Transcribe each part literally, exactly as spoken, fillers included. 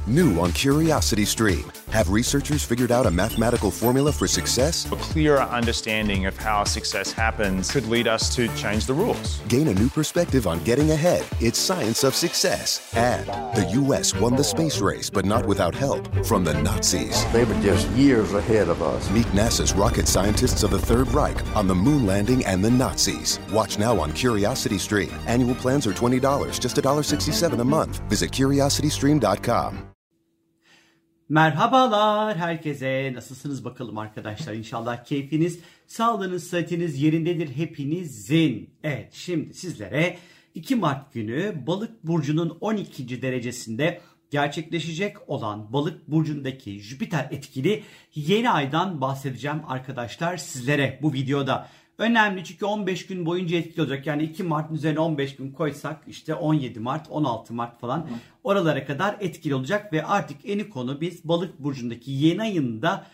New on Curiosity Stream. Have researchers figured out a mathematical formula for success? A clearer understanding of how success happens could lead us to change the rules. Gain a new perspective on getting ahead. It's Science of Success. And the U S won the space race, but not without help from the Nazis. They were just years ahead of us. Meet NASA's rocket scientists of the Third Reich on the moon landing and the Nazis. Watch now on Curiosity Stream. Annual plans are twenty dollars, just one dollar sixty-seven a month. Visit curiosity stream dot com. Merhabalar herkese. Nasılsınız bakalım arkadaşlar? İnşallah keyfiniz, sağlığınız, sıhhatiniz yerindedir hepinizin. Evet, şimdi sizlere iki Mart günü Balık burcunun on ikinci derecesinde gerçekleşecek olan Balık burcundaki Jüpiter etkili yeni aydan bahsedeceğim arkadaşlar sizlere bu videoda. Önemli çünkü on beş gün boyunca etkili olacak. Yani iki Mart'ın üzerine on beş gün koysak işte on yedi Mart, on altı Mart falan oralara kadar etkili olacak. Ve artık eni konu biz Balık burcundaki yeni ayında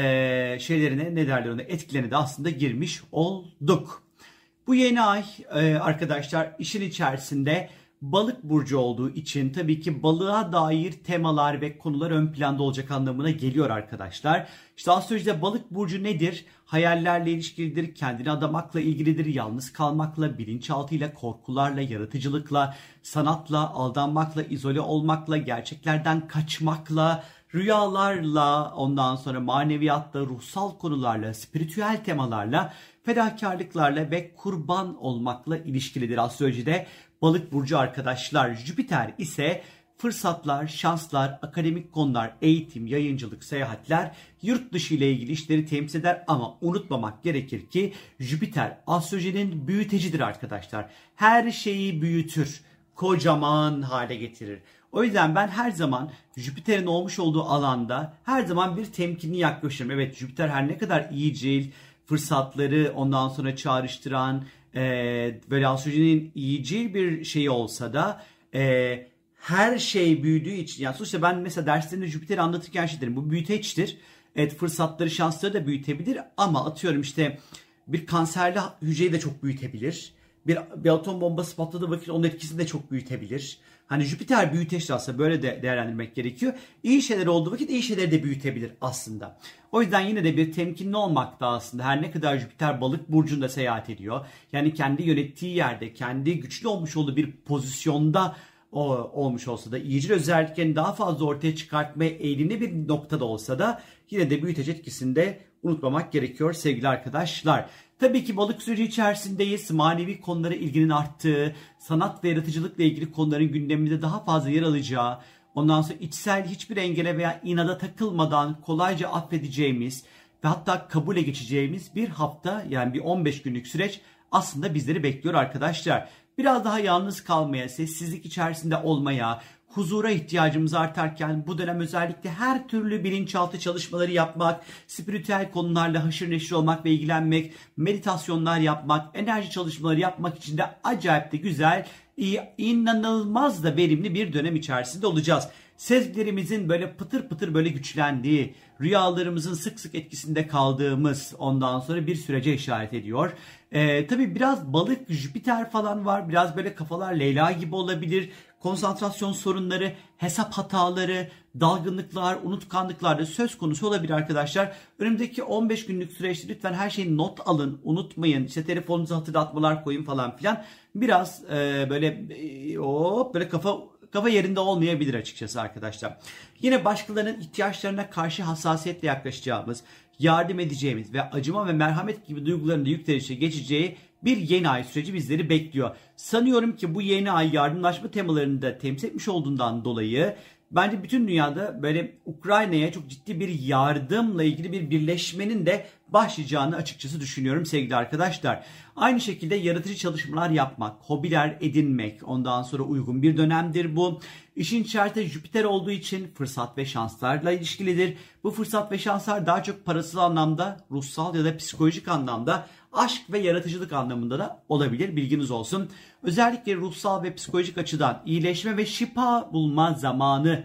e, şeylerine ne derler ona etkilerine de aslında girmiş olduk. Bu yeni ay e, arkadaşlar işin içerisinde Balık burcu olduğu için tabii ki balığa dair temalar ve konular ön planda olacak anlamına geliyor arkadaşlar. İşte astrolojide Balık burcu nedir? Hayallerle ilişkilidir, kendini adamakla ilgilidir, yalnız kalmakla, bilinçaltıyla, korkularla, yaratıcılıkla, sanatla, aldanmakla, izole olmakla, gerçeklerden kaçmakla, rüyalarla, ondan sonra maneviyatla, ruhsal konularla, spiritüel temalarla, fedakarlıklarla ve kurban olmakla ilişkilidir astrolojide. Balık burcu arkadaşlar. Jüpiter ise fırsatlar, şanslar, akademik konular, eğitim, yayıncılık, seyahatler, yurt dışı ile ilgili işleri temsil eder ama unutmamak gerekir ki Jüpiter astrolojinin büyütecidir arkadaşlar. Her şeyi büyütür, kocaman hale getirir. O yüzden ben her zaman Jüpiter'in olmuş olduğu alanda her zaman bir temkinli yaklaşırım. Evet, Jüpiter her ne kadar iyicil, fırsatları ondan sonra çağrıştıran, Ee, böyle astrolojinin iyicil bir şeyi olsa da e, her şey büyüdüğü için, yani sonuçta ben mesela derslerinde Jüpiter'i anlatırken şey derim, bu büyüteçtir. Evet, fırsatları, şansları da büyütebilir ama atıyorum işte bir kanserli hücreyi de çok büyütebilir. Bir, bir atom bombası patladığı vakit onun etkisini de çok büyütebilir. Hani Jüpiter büyüteçtir aslında, böyle de değerlendirmek gerekiyor. İyi şeyler olduğu vakit iyi şeyleri de büyütebilir aslında. O yüzden yine de bir temkinli olmakta aslında, her ne kadar Jüpiter Balık burcunda seyahat ediyor. Yani kendi yönettiği yerde, kendi güçlü olmuş olduğu bir pozisyonda o, olmuş olsa da, iyicil özelliklerini daha fazla ortaya çıkartmaya eğilimli bir noktada olsa da yine de büyüteç etkisini de unutmamak gerekiyor sevgili arkadaşlar. Tabii ki balık süreci içerisindeyiz. Manevi konulara ilginin arttığı, sanat ve yaratıcılıkla ilgili konuların gündeminde daha fazla yer alacağı, ondan sonra içsel hiçbir engele veya inada takılmadan kolayca affedeceğimiz ve hatta kabule geçeceğimiz bir hafta, yani bir on beş günlük süreç aslında bizleri bekliyor arkadaşlar. Biraz daha yalnız kalmaya, sessizlik içerisinde olmaya, huzura ihtiyacımız artarken bu dönem özellikle her türlü bilinçaltı çalışmaları yapmak, spiritüel konularla haşır neşir olmak ve ilgilenmek, meditasyonlar yapmak, enerji çalışmaları yapmak için de acayip de güzel, iyi, inanılmaz da verimli bir dönem içerisinde olacağız. Sezgilerimizin böyle pıtır pıtır böyle güçlendiği, rüyalarımızın sık sık etkisinde kaldığımız ondan sonra bir sürece işaret ediyor. Ee, tabii biraz balık, Jüpiter falan var. Biraz böyle kafalar Leyla gibi olabilir. Konsantrasyon sorunları, hesap hataları, dalgınlıklar, unutkanlıklar da söz konusu olabilir arkadaşlar. Önümüzdeki on beş günlük süreçte lütfen her şeyi not alın, unutmayın. İşte telefonunuza hatırlatmalar koyun falan filan. Biraz e, böyle e, hop böyle kafa kafa yerinde olmayabilir açıkçası arkadaşlar. Yine başkalarının ihtiyaçlarına karşı hassasiyetle yaklaşacağımız, yardım edeceğimiz ve acıma ve merhamet gibi duyguların da yükselişe geçeceği bir yeni ay süreci bizleri bekliyor. Sanıyorum ki bu yeni ay yardımlaşma temalarını da temsil etmiş olduğundan dolayı bence bütün dünyada böyle Ukrayna'ya çok ciddi bir yardımla ilgili bir birleşmenin de başlayacağını açıkçası düşünüyorum sevgili arkadaşlar. Aynı şekilde yaratıcı çalışmalar yapmak, hobiler edinmek ondan sonra uygun bir dönemdir bu. İşin içerisinde Jüpiter olduğu için fırsat ve şanslarla ilişkilidir. Bu fırsat ve şanslar daha çok parasal anlamda, ruhsal ya da psikolojik anlamda, aşk ve yaratıcılık anlamında da olabilir, bilginiz olsun. Özellikle ruhsal ve psikolojik açıdan iyileşme ve şifa bulma zamanı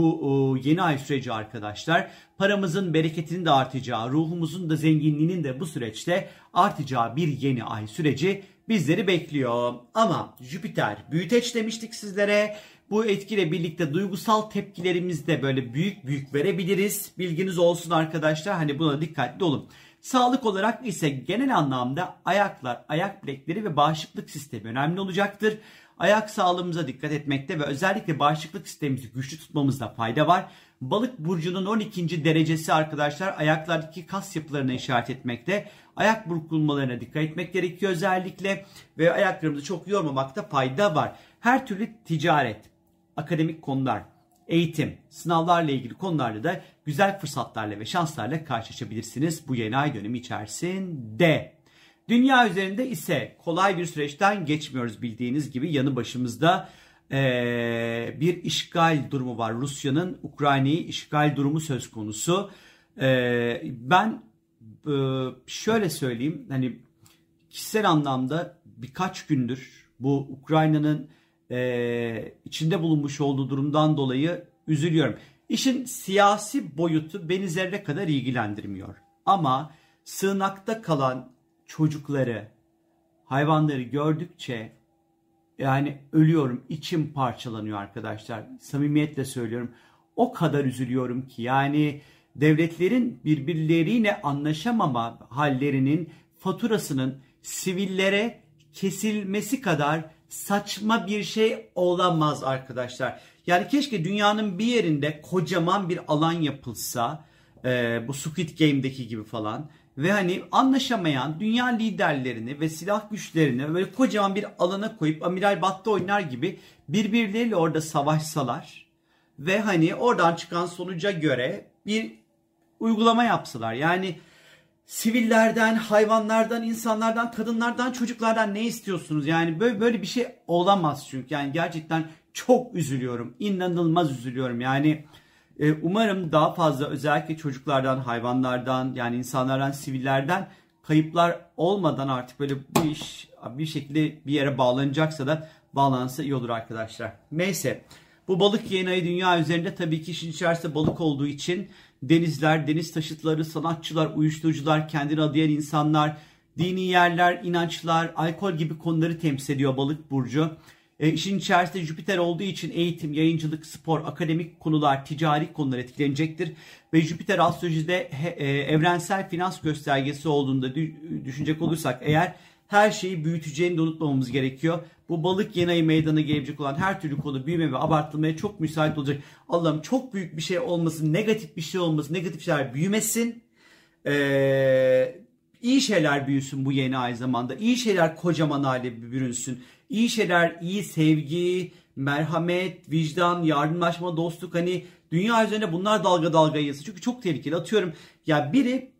bu yeni ay süreci arkadaşlar. Paramızın bereketinin de artacağı, ruhumuzun da zenginliğinin de bu süreçte artacağı bir yeni ay süreci bizleri bekliyor. Ama Jüpiter büyüteç demiştik sizlere. Bu etkiyle birlikte duygusal tepkilerimizi de böyle büyük büyük verebiliriz. Bilginiz olsun arkadaşlar. Hani buna dikkatli olun. Sağlık olarak ise genel anlamda ayaklar, ayak bilekleri ve bağışıklık sistemi önemli olacaktır. Ayak sağlığımıza dikkat etmekte ve özellikle bağışıklık sistemimizi güçlü tutmamızda fayda var. Balık burcunun on ikinci derecesi arkadaşlar ayaklardaki kas yapılarına işaret etmekte. Ayak burkulmalarına dikkat etmek gerekiyor özellikle ve ayaklarımızı çok yormamakta fayda var. Her türlü ticaret, akademik konular, eğitim, sınavlarla ilgili konularda da güzel fırsatlarla ve şanslarla karşılaşabilirsiniz bu yeni ay dönemi içerisinde. Dünya üzerinde ise kolay bir süreçten geçmiyoruz bildiğiniz gibi. Yanı başımızda ee, bir işgal durumu var. Rusya'nın Ukrayna'yı işgal durumu söz konusu. Ee, ben e, şöyle söyleyeyim, hani kişisel anlamda birkaç gündür bu Ukrayna'nın e, içinde bulunmuş olduğu durumdan dolayı üzülüyorum. İşin siyasi boyutu beni zerre kadar ilgilendirmiyor. Ama sığınakta kalan çocukları, hayvanları gördükçe yani ölüyorum, içim parçalanıyor arkadaşlar. Samimiyetle söylüyorum. O kadar üzülüyorum ki yani devletlerin birbirleriyle anlaşamama hallerinin faturasının sivillere kesilmesi kadar saçma bir şey olamaz arkadaşlar. Yani keşke dünyanın bir yerinde kocaman bir alan yapılsa, e, bu Squid Game'deki gibi falan. Ve hani anlaşamayan dünya liderlerini ve silah güçlerini böyle kocaman bir alana koyup Amiral Battı oynar gibi birbirleriyle orada savaşsalar ve hani oradan çıkan sonuca göre bir uygulama yapsalar. Yani sivillerden, hayvanlardan, insanlardan, kadınlardan, çocuklardan ne istiyorsunuz? Yani böyle böyle bir şey olamaz çünkü. Yani gerçekten çok üzülüyorum. İnanılmaz üzülüyorum. Yani umarım daha fazla özellikle çocuklardan, hayvanlardan, yani insanlardan, sivillerden kayıplar olmadan artık böyle bu iş bir şekilde bir yere bağlanacaksa da bağlansa iyi olur arkadaşlar. Neyse, bu balık yeni ayı dünya üzerinde tabii ki işin içerisinde balık olduğu için denizler, deniz taşıtları, sanatçılar, uyuşturucular, kendini adayan insanlar, dini yerler, inançlar, alkol gibi konuları temsil ediyor balık burcu. E, işin içerisinde Jüpiter olduğu için eğitim, yayıncılık, spor, akademik konular, ticari konular etkilenecektir. Ve Jüpiter astrolojide he, e, evrensel finans göstergesi olduğunda düşünecek olursak eğer her şeyi büyüteceğini de unutmamamız gerekiyor. Bu balık yeni ayı meydana gelebilecek olan her türlü konu büyüme ve abartılmaya çok müsait olacak. Allah'ım çok büyük bir şey olmasın, negatif bir şey olmasın, negatif şeyler büyümesin. Eee... İyi şeyler büyüsün bu yeni ay zamanda. İyi şeyler kocaman hale bürünsün. İyi şeyler, iyi sevgi, merhamet, vicdan, yardımlaşma, dostluk. Hani dünya üzerinde bunlar dalga dalga yayılsın. Çünkü çok tehlikeli. Atıyorum ya biri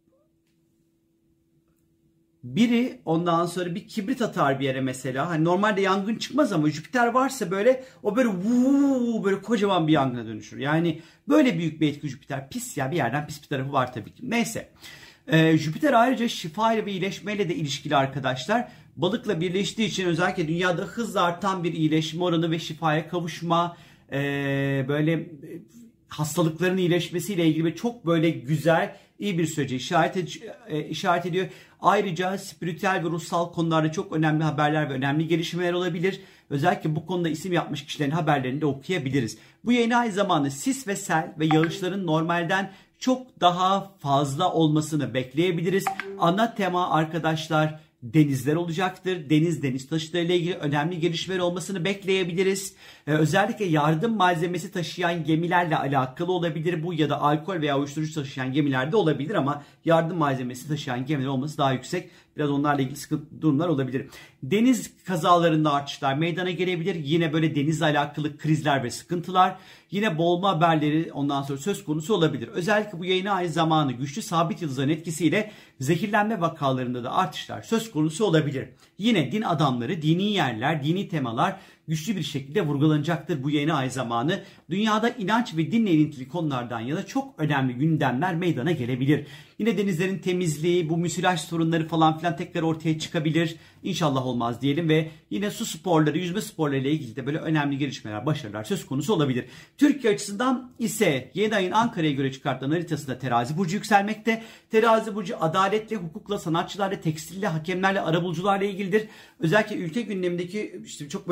biri ondan sonra bir kibrit atar bir yere mesela. Hani normalde yangın çıkmaz ama Jüpiter varsa böyle o böyle vuu böyle kocaman bir yangına dönüşür. Yani böyle büyük bir etki Jüpiter. Pis ya, bir yerden pis bir tarafı var tabii ki. Neyse. Ee, Jüpiter ayrıca şifa ve iyileşmeyle de ilişkili arkadaşlar. Balıkla birleştiği için özellikle dünyada hızla artan bir iyileşme oranı ve şifaya kavuşma, ee, böyle hastalıkların iyileşmesiyle ilgili çok böyle güzel, iyi bir sürece işaret, ed- e, işaret ediyor. Ayrıca spiritüel ve ruhsal konularda çok önemli haberler ve önemli gelişmeler olabilir. Özellikle bu konuda isim yapmış kişilerin haberlerini de okuyabiliriz. Bu yeni ay zamanı sis ve sel ve yağışların normalden çok daha fazla olmasını bekleyebiliriz. Ana tema arkadaşlar denizler olacaktır. Deniz, deniz taşıtlarıyla ilgili önemli gelişmeler olmasını bekleyebiliriz. Ee, özellikle yardım malzemesi taşıyan gemilerle alakalı olabilir bu, ya da alkol veya uyuşturucu taşıyan gemilerde olabilir ama yardım malzemesi taşıyan gemiler olması daha yüksek. Biraz onlarla ilgili sıkıntı durumlar olabilir. Deniz kazalarında artışlar meydana gelebilir. Yine böyle denizle alakalı krizler ve sıkıntılar. Yine boğulma haberleri ondan sonra söz konusu olabilir. Özellikle bu yeni ay zamanı güçlü sabit yıldızların etkisiyle zehirlenme vakalarında da artışlar söz konusu olabilir. Yine din adamları, dini yerler, dini temalar güçlü bir şekilde vurgulanacaktır bu yeni ay zamanı. Dünyada inanç ve dinle ilintili konulardan yana çok önemli gündemler meydana gelebilir. Yine denizlerin temizliği, bu müsilaj sorunları falan filan tekrar ortaya çıkabilir. İnşallah olmaz diyelim ve yine su sporları, yüzme sporları ile ilgili de böyle önemli gelişmeler, başarılar söz konusu olabilir. Türkiye açısından ise yeni ayın Ankara'ya göre çıkartılan haritasında terazi burcu yükselmekte. Terazi burcu adaletle, hukukla, sanatçılarla, tekstille, hakemlerle, arabulucularla ilgilidir. Özellikle ülke gündemindeki işte çok böyle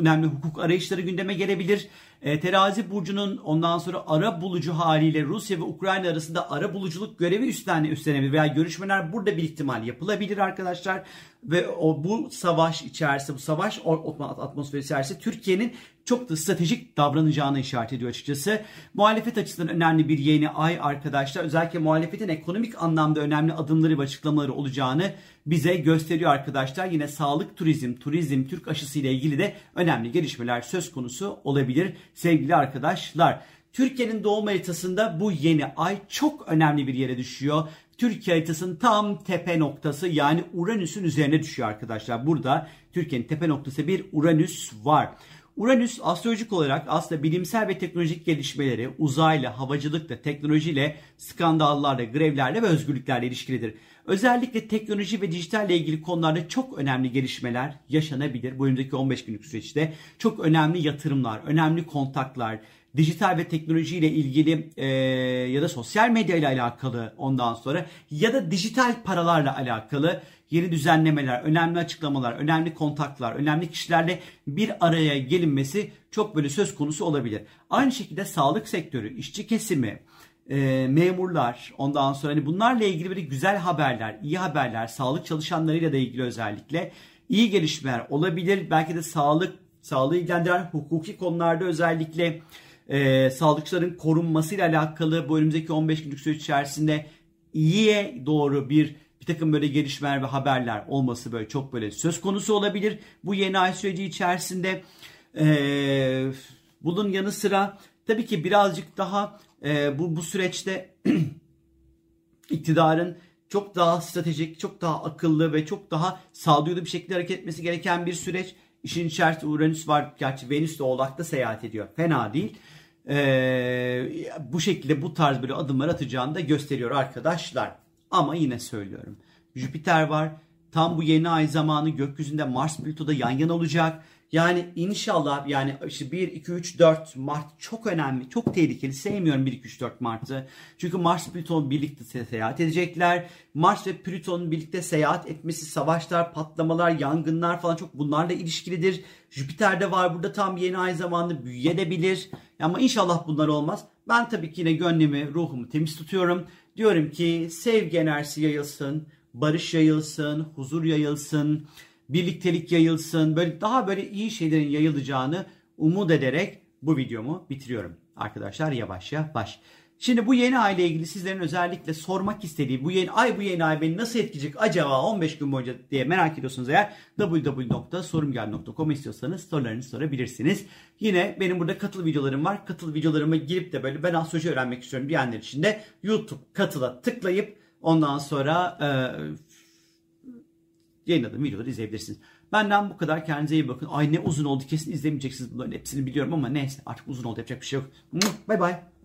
önemli hukuk arayışları gündeme gelebilir. E, Terazi burcunun ondan sonra ara bulucu haliyle Rusya ve Ukrayna arasında ara buluculuk görevi üstlenme, üstlenebilir veya görüşmeler burada bir ihtimal yapılabilir arkadaşlar. Ve o bu savaş içerisinde, bu savaş atmosferi içerisinde Türkiye'nin çok da stratejik davranacağını işaret ediyor açıkçası. Muhalefet açısından önemli bir yeni ay arkadaşlar. Özellikle muhalefetin ekonomik anlamda önemli adımları ve açıklamaları olacağını bize gösteriyor arkadaşlar. Yine sağlık, turizm, turizm, Türk aşısı ile ilgili de önemli gelişmeler söz konusu olabilir sevgili arkadaşlar. Türkiye'nin doğum haritasında bu yeni ay çok önemli bir yere düşüyor. Türkiye haritasının tam tepe noktası yani Uranüs'ün üzerine düşüyor arkadaşlar. Burada Türkiye'nin tepe noktası bir Uranüs var. Uranüs astrolojik olarak aslında bilimsel ve teknolojik gelişmeleri uzayla, havacılıkla, teknolojiyle, skandallarla, grevlerle ve özgürlüklerle ilişkilidir. Özellikle teknoloji ve dijitalle ilgili konularda çok önemli gelişmeler yaşanabilir. Bu önümüzdeki on beş günlük süreçte çok önemli yatırımlar, önemli kontaklar, dijital ve teknolojiyle ilgili e, ya da sosyal medya ile alakalı ondan sonra ya da dijital paralarla alakalı yeni düzenlemeler, önemli açıklamalar, önemli kontaklar, önemli kişilerle bir araya gelinmesi çok böyle söz konusu olabilir. Aynı şekilde sağlık sektörü, işçi kesimi, e, memurlar, ondan sonra hani bunlarla ilgili böyle güzel haberler, iyi haberler, sağlık çalışanlarıyla da ilgili özellikle iyi gelişmeler olabilir. Belki de sağlık, sağlığı ilgilendiren hukuki konularda özellikle e, sağlıkçıların korunmasıyla alakalı bu önümüzdeki on beş günlük süreç içerisinde iyiye doğru bir bir takım böyle gelişmeler ve haberler olması böyle çok böyle söz konusu olabilir. Bu yeni ay süreci içerisinde e, bunun yanı sıra tabii ki birazcık daha e, bu, bu süreçte iktidarın çok daha stratejik, çok daha akıllı ve çok daha sağduyulu bir şekilde hareket etmesi gereken bir süreç. İşin içerisinde Uranüs var. Gerçi Venüs de Oğlak'ta seyahat ediyor. Fena değil. Ee, bu şekilde bu tarz böyle adımlar atacağını da gösteriyor arkadaşlar. Ama yine söylüyorum. Jüpiter var. Tam bu yeni ay zamanı gökyüzünde Mars Plüto'da yan yana olacak. Yani inşallah yani işte bir, iki, üç, dört Mart çok önemli. Çok tehlikeli. Sevmiyorum bir, iki, üç, dört Mart'ı. Çünkü Mars Plüton birlikte seyahat edecekler. Mars ve Plüton'un birlikte seyahat etmesi savaşlar, patlamalar, yangınlar falan çok bunlarla ilişkilidir. Jüpiter de var burada tam yeni ay zamanı büyüyebilir. Ama inşallah bunlar olmaz. Ben tabii ki yine gönlümü, ruhumu temiz tutuyorum. Diyorum ki sevgi enerjisi yayılsın, barış yayılsın, huzur yayılsın, birliktelik yayılsın. Böyle daha böyle iyi şeylerin yayılacağını umut ederek bu videomu bitiriyorum. Arkadaşlar yavaş yavaş. Şimdi bu yeni ay ile ilgili sizlerin özellikle sormak istediği bu yeni ay bu yeni ay beni nasıl etkileyecek acaba on beş gün boyunca diye merak ediyorsunuz eğer double-u double-u double-u nokta sorumgel nokta com istiyorsanız sorularınızı sorabilirsiniz. Yine benim burada katıl videolarım var. Katıl videolarıma girip de böyle ben astroloji öğrenmek istiyorum diyenler için de YouTube katıla tıklayıp ondan sonra e, yayınladığım videoları izleyebilirsiniz. Benden bu kadar. Kendinize iyi bakın. Ay ne uzun oldu. Kesin izlemeyeceksiniz bunların hepsini biliyorum ama neyse artık uzun oldu. Yapacak bir şey yok. Bye bye.